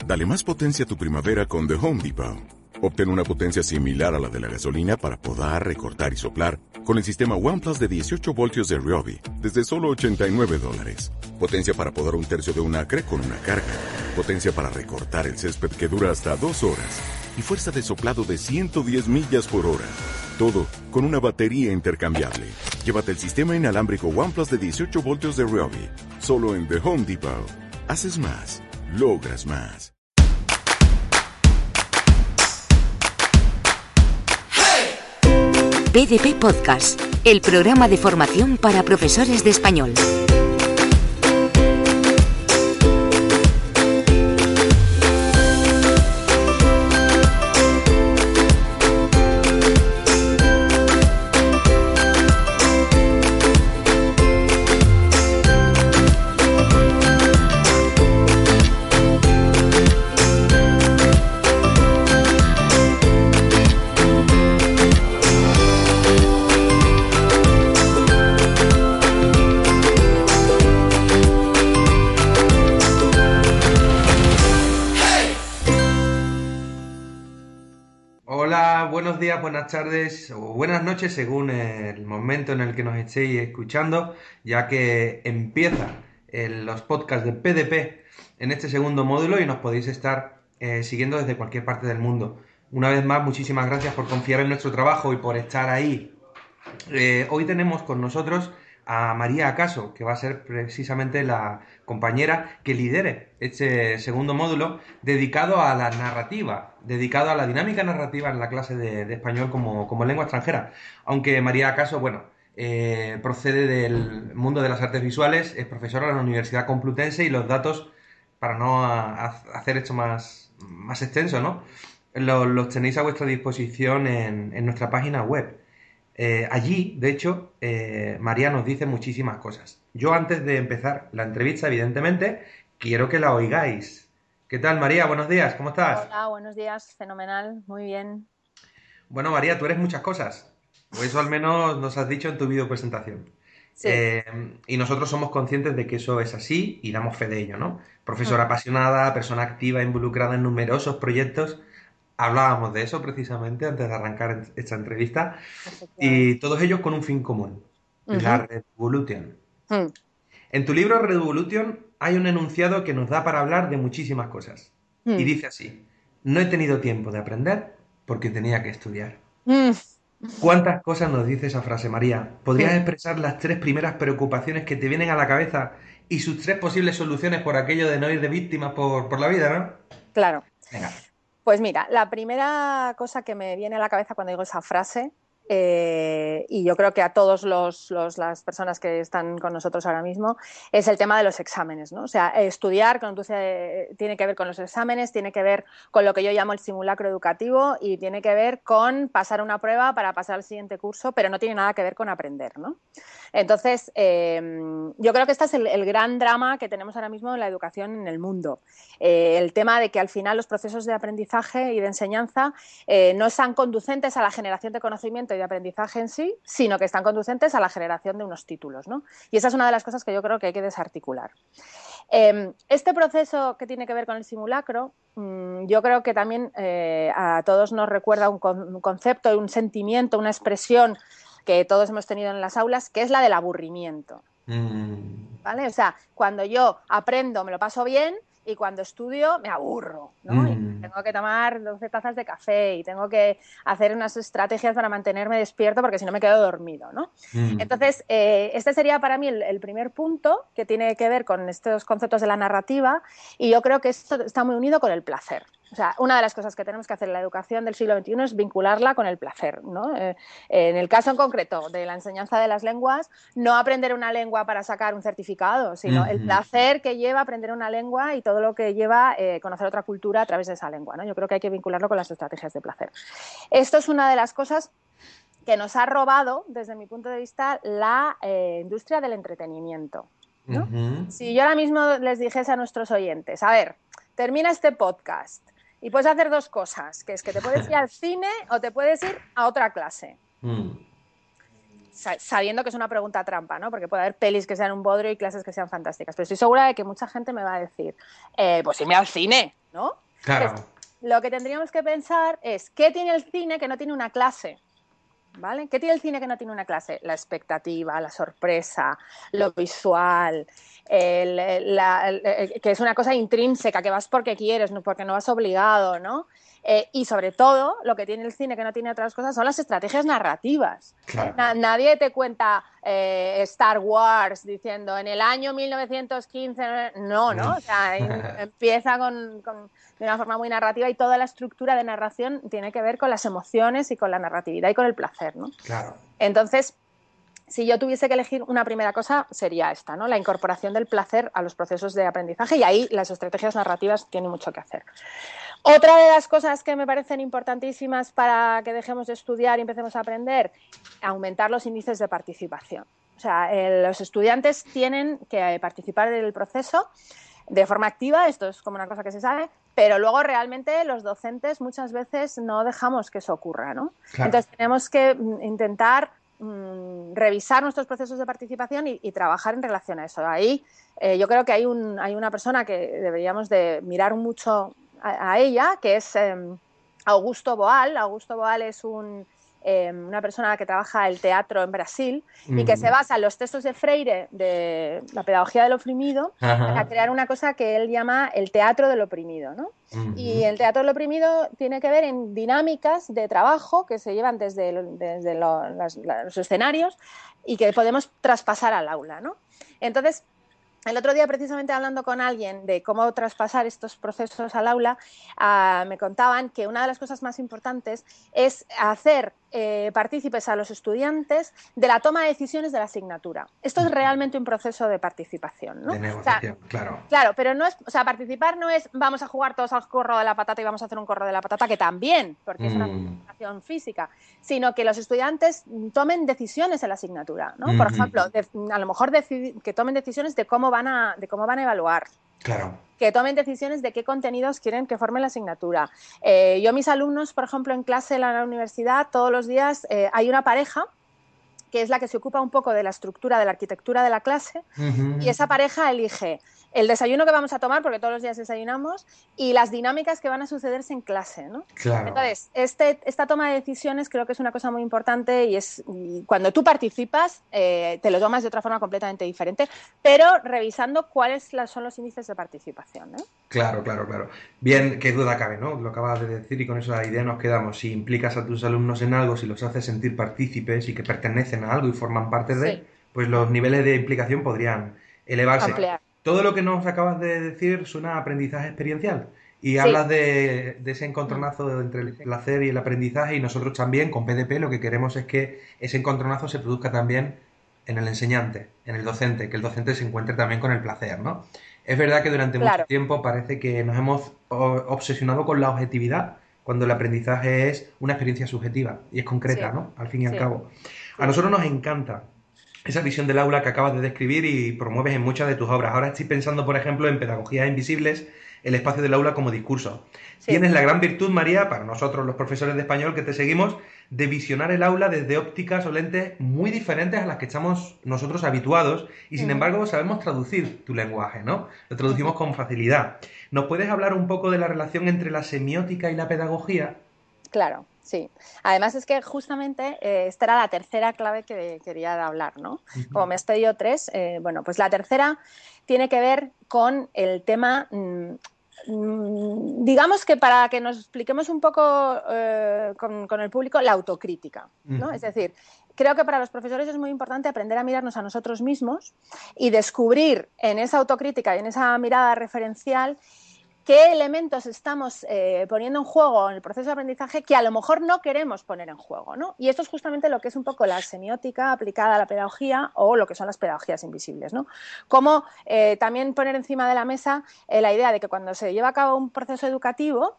Dale más potencia a tu primavera con The Home Depot. Obtén una potencia similar a la de la gasolina para podar, recortar y soplar con el sistema OnePlus de 18 voltios de Ryobi desde solo $89. Potencia para podar un tercio de un acre con una carga. Potencia para recortar el césped que dura hasta 2 horas. Y fuerza de soplado de 110 millas por hora. Todo con una batería intercambiable. Llévate el sistema inalámbrico OnePlus de 18 voltios de Ryobi. Solo en The Home Depot. Haces más. Logras más. PDP Podcast, el programa de formación para profesores de español. Buenos días, buenas tardes o buenas noches según el momento en el que nos estéis escuchando, ya que empiezan los podcasts de PDP en este segundo módulo y nos podéis estar siguiendo desde cualquier parte del mundo. Una vez más, muchísimas gracias por confiar en nuestro trabajo y por estar ahí. Hoy tenemos con nosotros a María Acaso, que va a ser precisamente la compañera que lidere este segundo módulo dedicado a la narrativa, dedicado a la dinámica narrativa en la clase de español como lengua extranjera. Aunque María Acaso, procede del mundo de las artes visuales, es profesora en la Universidad Complutense y los datos, para no hacer esto más extenso, ¿no? Los tenéis a vuestra disposición en nuestra página web. Allí, de hecho, María nos dice muchísimas cosas. Yo, antes de empezar la entrevista, evidentemente, quiero que la oigáis. ¿Qué tal, María? Buenos días, ¿cómo estás? Hola, buenos días, fenomenal, muy bien. Bueno, María, tú eres muchas cosas. O eso al menos nos has dicho en tu video presentación. Sí. Y nosotros somos conscientes de que eso es así y damos fe de ello, ¿no? Profesora apasionada, persona activa, involucrada en numerosos proyectos. Hablábamos de eso precisamente antes de arrancar esta entrevista. Y todos ellos con un fin común, la Revolution. En tu libro Revolution hay un enunciado que nos da para hablar de muchísimas cosas. Y dice así: no he tenido tiempo de aprender porque tenía que estudiar. ¿Cuántas cosas nos dice esa frase, María? ¿Podrías expresar las 3 primeras preocupaciones que te vienen a la cabeza y sus 3 posibles soluciones por aquello de no ir de víctima por la vida, ¿no? Claro. Venga. Pues mira, la primera cosa que me viene a la cabeza cuando digo esa frase, y yo creo que a todos las personas que están con nosotros ahora mismo, es el tema de los exámenes, ¿no? O sea, estudiar tiene que ver con los exámenes, tiene que ver con lo que yo llamo el simulacro educativo y tiene que ver con pasar una prueba para pasar al siguiente curso, pero no tiene nada que ver con aprender, ¿no? Entonces, yo creo que este es el gran drama que tenemos ahora mismo en la educación en el mundo. El tema de que al final los procesos de aprendizaje y de enseñanza no sean conducentes a la generación de conocimiento y de aprendizaje en sí, sino que están conducentes a la generación de unos títulos, ¿no? Y esa es una de las cosas que yo creo que hay que desarticular. Este proceso que tiene que ver con el simulacro, yo creo que también a todos nos recuerda un concepto, un sentimiento, una expresión que todos hemos tenido en las aulas, que es la del aburrimiento. ¿Vale? O sea, cuando yo aprendo me lo paso bien y cuando estudio me aburro, ¿no? Y tengo que tomar 12 tazas de café y tengo que hacer unas estrategias para mantenerme despierto porque si no me quedo dormido, ¿no? Entonces, este sería para mí el primer punto que tiene que ver con estos conceptos de la narrativa y yo creo que esto está muy unido con el placer. O sea, una de las cosas que tenemos que hacer en la educación del siglo XXI es vincularla con el placer, ¿no? En el caso en concreto de la enseñanza de las lenguas, no aprender una lengua para sacar un certificado, sino el placer que lleva aprender una lengua y todo lo que lleva conocer otra cultura a través de esa lengua, ¿no? Yo creo que hay que vincularlo con las estrategias de placer. Esto es una de las cosas que nos ha robado, desde mi punto de vista, la industria del entretenimiento, ¿no? Si yo ahora mismo les dijese a nuestros oyentes, a ver, termina este podcast y puedes hacer 2 cosas, que es que te puedes ir al cine o te puedes ir a otra clase. sabiendo que es una pregunta trampa, ¿no? Porque puede haber pelis que sean un bodrio y clases que sean fantásticas. Pero estoy segura de que mucha gente me va a decir, pues irme al cine, ¿no? Claro. Entonces, lo que tendríamos que pensar es, ¿qué tiene el cine que no tiene una clase? ¿Vale? ¿Qué tiene el cine que no tiene una clase? La expectativa, la sorpresa, lo visual, que es una cosa intrínseca, que vas porque quieres, no porque no vas obligado, ¿no? Y sobre todo, lo que tiene el cine que no tiene otras cosas son las estrategias narrativas. Claro. Nadie te cuenta Star Wars diciendo en el año 1915, no, ¿no? O sea, empieza de una forma muy narrativa y toda la estructura de narración tiene que ver con las emociones y con la narratividad y con el placer, ¿no? Claro. Entonces, si yo tuviese que elegir una primera cosa, sería esta, ¿no? La incorporación del placer a los procesos de aprendizaje, y ahí las estrategias narrativas tienen mucho que hacer. Otra de las cosas que me parecen importantísimas para que dejemos de estudiar y empecemos a aprender, aumentar los índices de participación. O sea, los estudiantes tienen que participar del proceso de forma activa, esto es como una cosa que se sabe, pero luego realmente los docentes muchas veces no dejamos que eso ocurra, ¿no? Claro. Entonces tenemos que intentar revisar nuestros procesos de participación y trabajar en relación a eso. Ahí yo creo que hay una persona que deberíamos de mirar mucho a ella, que es Augusto Boal. Augusto Boal es una persona que trabaja el teatro en Brasil y que se basa en los textos de Freire, de la pedagogía del oprimido, para crear una cosa que él llama el teatro del oprimido, ¿no? Y el teatro del oprimido tiene que ver en dinámicas de trabajo que se llevan desde los escenarios y que podemos traspasar al aula, ¿no? Entonces, el otro día, precisamente hablando con alguien de cómo traspasar estos procesos al aula, me contaban que una de las cosas más importantes es hacer partícipes a los estudiantes de la toma de decisiones de la asignatura. Esto es realmente un proceso de participación, ¿no? De negociación, claro. Claro, pero no es, o sea, participar no es vamos a jugar todos al corro de la patata y vamos a hacer un corro de la patata, que también, porque es una participación física, sino que los estudiantes tomen decisiones en la asignatura, ¿no? Por ejemplo, a lo mejor que tomen decisiones de cómo van a evaluar. Claro. Que tomen decisiones de qué contenidos quieren que forme la asignatura. Yo, mis alumnos, por ejemplo, en clase en la universidad, todos los días hay una pareja que es la que se ocupa un poco de la estructura, de la arquitectura de la clase, y esa pareja elige el desayuno que vamos a tomar, porque todos los días desayunamos, y las dinámicas que van a sucederse en clase, ¿no? Claro. Entonces, esta toma de decisiones creo que es una cosa muy importante y cuando tú participas te lo tomas de otra forma completamente diferente, pero revisando cuáles son los índices de participación, ¿eh? Claro. Bien, qué duda cabe, ¿no? Lo acabas de decir y con esa idea nos quedamos. Si implicas a tus alumnos en algo, si los haces sentir partícipes y que pertenecen a algo y forman parte de, pues los niveles de implicación podrían elevarse. Ampliar. Todo lo que nos acabas de decir suena a aprendizaje experiencial y hablas de ese encontronazo entre el placer y el aprendizaje, y nosotros también con PDP lo que queremos es que ese encontronazo se produzca también en el enseñante, en el docente, que el docente se encuentre también con el placer, ¿no? Es verdad que durante mucho tiempo parece que nos hemos obsesionado con la objetividad, cuando el aprendizaje es una experiencia subjetiva y es concreta, ¿no? Al fin y al cabo. A nosotros nos encanta esa visión del aula que acabas de describir y promueves en muchas de tus obras. Ahora estoy pensando, por ejemplo, en Pedagogías Invisibles, el espacio del aula como discurso. Tienes la gran virtud, María, para nosotros los profesores de español que te seguimos, de visionar el aula desde ópticas o lentes muy diferentes a las que estamos nosotros habituados y sin embargo sabemos traducir tu lenguaje, ¿no? Lo traducimos con facilidad. ¿Nos puedes hablar un poco de la relación entre la semiótica y la pedagogía? Claro, sí. Además es que justamente esta era la tercera clave que quería hablar, ¿no? Como me has pedido tres, bueno, pues la tercera tiene que ver con el tema, digamos que para que nos expliquemos un poco con el público, la autocrítica, ¿no? Es decir, creo que para los profesores es muy importante aprender a mirarnos a nosotros mismos y descubrir en esa autocrítica y en esa mirada referencial qué elementos estamos poniendo en juego en el proceso de aprendizaje que a lo mejor no queremos poner en juego, ¿no? Y esto es justamente lo que es un poco la semiótica aplicada a la pedagogía o lo que son las pedagogías invisibles, ¿no? Como también poner encima de la mesa la idea de que cuando se lleva a cabo un proceso educativo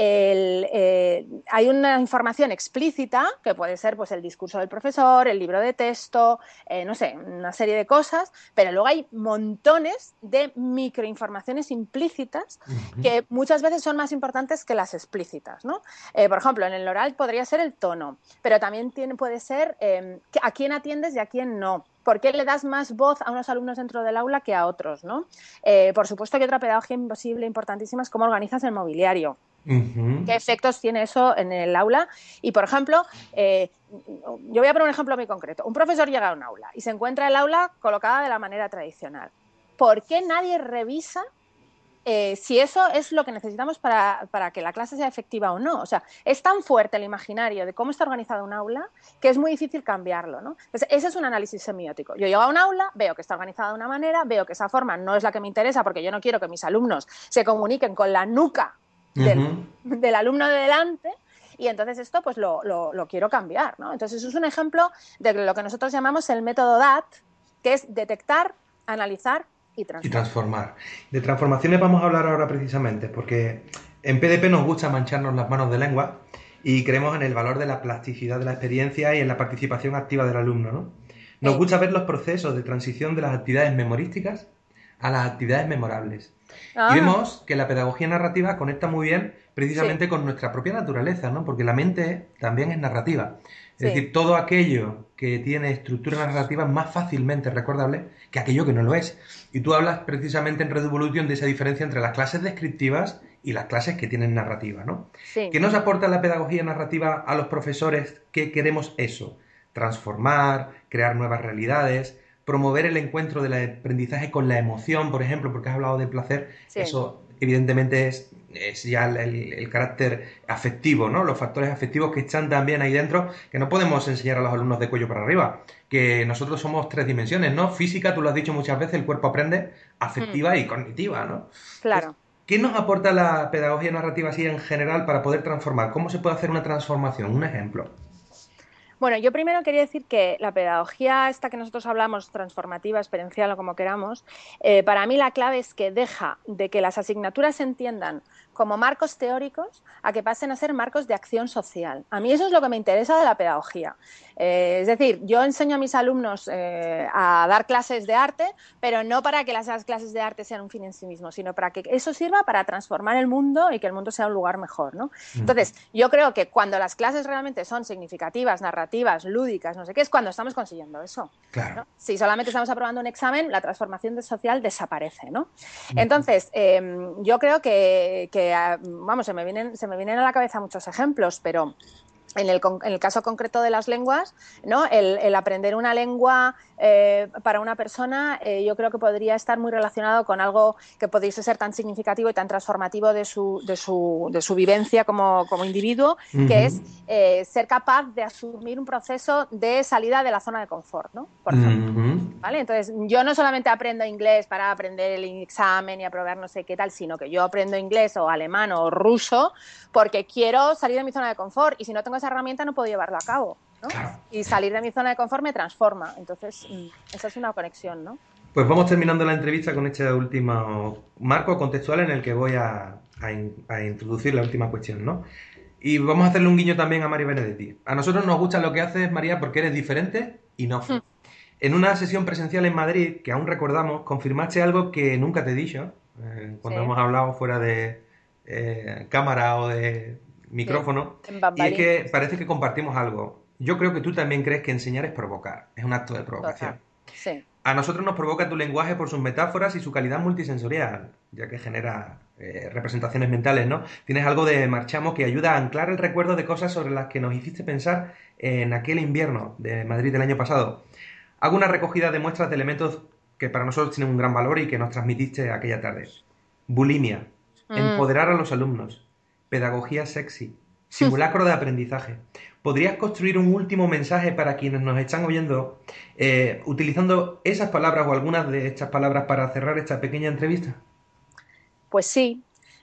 hay una información explícita que puede ser pues, el discurso del profesor, el libro de texto, no sé, una serie de cosas, pero luego hay montones de microinformaciones implícitas que muchas veces son más importantes que las explícitas, ¿no? Por ejemplo, en el oral podría ser el tono, pero también puede ser a quién atiendes y a quién no. ¿Por qué le das más voz a unos alumnos dentro del aula que a otros, ¿no? Por supuesto que otra pedagogía imposible importantísima es cómo organizas el mobiliario. ¿Qué efectos tiene eso en el aula? Y, por ejemplo, yo voy a poner un ejemplo muy concreto. Un profesor llega a un aula y se encuentra el aula colocada de la manera tradicional. ¿Por qué nadie revisa si eso es lo que necesitamos para que la clase sea efectiva o no? O sea, es tan fuerte el imaginario de cómo está organizado un aula que es muy difícil cambiarlo, ¿no? Entonces, ese es un análisis semiótico. Yo llego a un aula, veo que está organizada de una manera, veo que esa forma no es la que me interesa porque yo no quiero que mis alumnos se comuniquen con la nuca del alumno de delante, y entonces esto pues lo quiero cambiar, ¿no? Entonces eso es un ejemplo de lo que nosotros llamamos el método DAT, que es detectar, analizar y transformar. De transformaciones vamos a hablar ahora precisamente, porque en PDP nos gusta mancharnos las manos de lengua y creemos en el valor de la plasticidad de la experiencia y en la participación activa del alumno, ¿no? Nos gusta ver los procesos de transición de las actividades memorísticas a las actividades memorables. Y vemos que la pedagogía narrativa conecta muy bien precisamente con nuestra propia naturaleza, ¿no? Porque la mente también es narrativa. Es decir, todo aquello que tiene estructura narrativa es más fácilmente recordable que aquello que no lo es. Y tú hablas precisamente en Red Evolution de esa diferencia entre las clases descriptivas y las clases que tienen narrativa, ¿no? ¿Qué nos aporta la pedagogía narrativa a los profesores que queremos eso? Transformar, crear nuevas realidades, promover el encuentro del aprendizaje con la emoción, por ejemplo, porque has hablado de placer, eso evidentemente es ya el carácter afectivo, ¿no? Los factores afectivos que están también ahí dentro, que no podemos enseñar a los alumnos de cuello para arriba, que nosotros somos 3 dimensiones, ¿no? Física, tú lo has dicho muchas veces, el cuerpo aprende, afectiva y cognitiva, ¿no? Claro. ¿Qué nos aporta la pedagogía narrativa así en general para poder transformar? ¿Cómo se puede hacer una transformación? Un ejemplo. Bueno, yo primero quería decir que la pedagogía esta que nosotros hablamos, transformativa, experiencial o como queramos, para mí la clave es que deja de que las asignaturas se entiendan como marcos teóricos a que pasen a ser marcos de acción social. A mí eso es lo que me interesa de la pedagogía. Es decir, yo enseño a mis alumnos a dar clases de arte, pero no para que esas clases de arte sean un fin en sí mismo, sino para que eso sirva para transformar el mundo y que el mundo sea un lugar mejor, ¿no? Entonces, yo creo que cuando las clases realmente son significativas, narrativas, lúdicas, no sé qué, es cuando estamos consiguiendo eso. Claro. ¿No? Si solamente estamos aprobando un examen, la transformación social desaparece, ¿no? Entonces, yo creo que vamos, se me vienen a la cabeza muchos ejemplos, pero en el caso concreto de las lenguas, ¿no? El aprender una lengua para una persona, yo creo que podría estar muy relacionado con algo que pudiese ser tan significativo y tan transformativo de su vivencia como individuo, que es ser capaz de asumir un proceso de salida de la zona de confort, ¿no? Por ejemplo. ¿Vale? Entonces, yo no solamente aprendo inglés para aprender el examen y aprobar no sé qué tal, sino que yo aprendo inglés o alemán o ruso porque quiero salir de mi zona de confort, y si no tengo esa herramienta no puedo llevarlo a cabo, ¿no? Claro. Y salir de mi zona de confort me transforma. Entonces, esa es una conexión, ¿no? Pues vamos terminando la entrevista con este último marco contextual en el que voy a introducir la última cuestión, ¿no? Y vamos a hacerle un guiño también a María Benedetti. A nosotros nos gusta lo que haces, María, porque eres diferente y no. En una sesión presencial en Madrid, que aún recordamos, confirmaste algo que nunca te he dicho, cuando hemos hablado fuera de cámara o de micrófono, y es que parece que compartimos algo. Yo creo que tú también crees que enseñar es provocar, es un acto de provocación. Sí. A nosotros nos provoca tu lenguaje por sus metáforas y su calidad multisensorial, ya que genera representaciones mentales, ¿no? Tienes algo de Marchamo que ayuda a anclar el recuerdo de cosas sobre las que nos hiciste pensar en aquel invierno de Madrid del año pasado. Hago una recogida de muestras de elementos que para nosotros tienen un gran valor y que nos transmitiste aquella tarde. Bulimia, empoderar a los alumnos, pedagogía sexy, simulacro de aprendizaje. ¿Podrías construir un último mensaje para quienes nos están oyendo utilizando esas palabras o algunas de estas palabras para cerrar esta pequeña entrevista? Pues sí.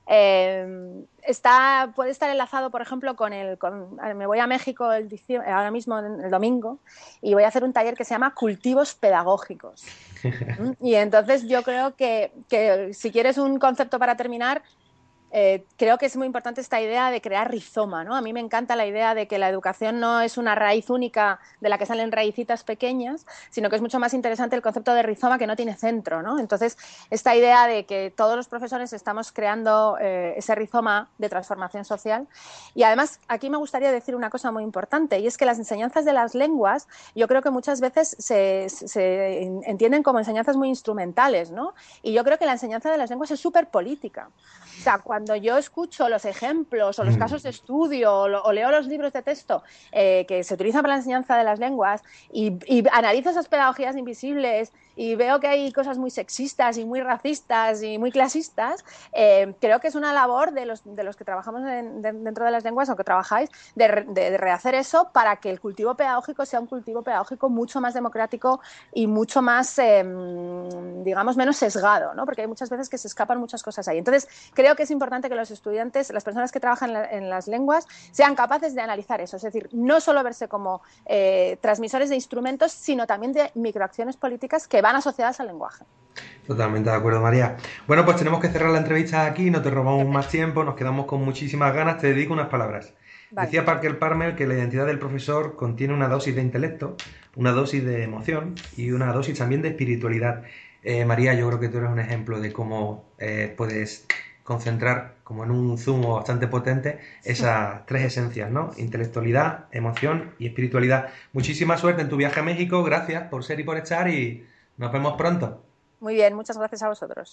Puede estar enlazado, por ejemplo, me voy a México ahora mismo, el domingo, y voy a hacer un taller que se llama Cultivos Pedagógicos. Y entonces yo creo que si quieres un concepto para terminar, creo que es muy importante esta idea de crear rizoma, ¿no? A mí me encanta la idea de que la educación no es una raíz única de la que salen raícitas pequeñas, sino que es mucho más interesante el concepto de rizoma que no tiene centro, ¿no? Entonces, esta idea de que todos los profesores estamos creando ese rizoma de transformación social. Y además, aquí me gustaría decir una cosa muy importante, y es que las enseñanzas de las lenguas, yo creo que muchas veces se entienden como enseñanzas muy instrumentales, ¿no? Y yo creo que la enseñanza de las lenguas es súper política. O sea, cuando yo escucho los ejemplos o los casos de estudio o leo los libros de texto que se utilizan para la enseñanza de las lenguas y analizo esas pedagogías invisibles y veo que hay cosas muy sexistas y muy racistas y muy clasistas, creo que es una labor de los que trabajamos dentro de las lenguas o que trabajáis de rehacer eso para que el cultivo pedagógico sea un cultivo pedagógico mucho más democrático y mucho más, digamos, menos sesgado, ¿no? Porque hay muchas veces que se escapan muchas cosas ahí. Entonces, creo que es importante que los estudiantes, las personas que trabajan en las lenguas, sean capaces de analizar eso. Es decir, no solo verse como transmisores de instrumentos, sino también de microacciones políticas que van asociadas al lenguaje. Totalmente de acuerdo, María. Bueno, pues tenemos que cerrar la entrevista aquí, no te robamos más tiempo, nos quedamos con muchísimas ganas, te dedico unas palabras. Vale. Decía Parker Palmer que la identidad del profesor contiene una dosis de intelecto, una dosis de emoción y una dosis también de espiritualidad. María, yo creo que tú eres un ejemplo de cómo puedes concentrar, como en un zumo bastante potente, esas tres esencias, ¿no? Intelectualidad, emoción y espiritualidad. Muchísima suerte en tu viaje a México, gracias por ser y por estar y nos vemos pronto. Muy bien, muchas gracias a vosotros.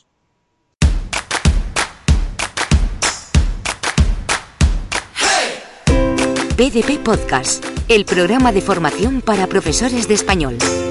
PDP Podcast, el programa de formación para profesores de español.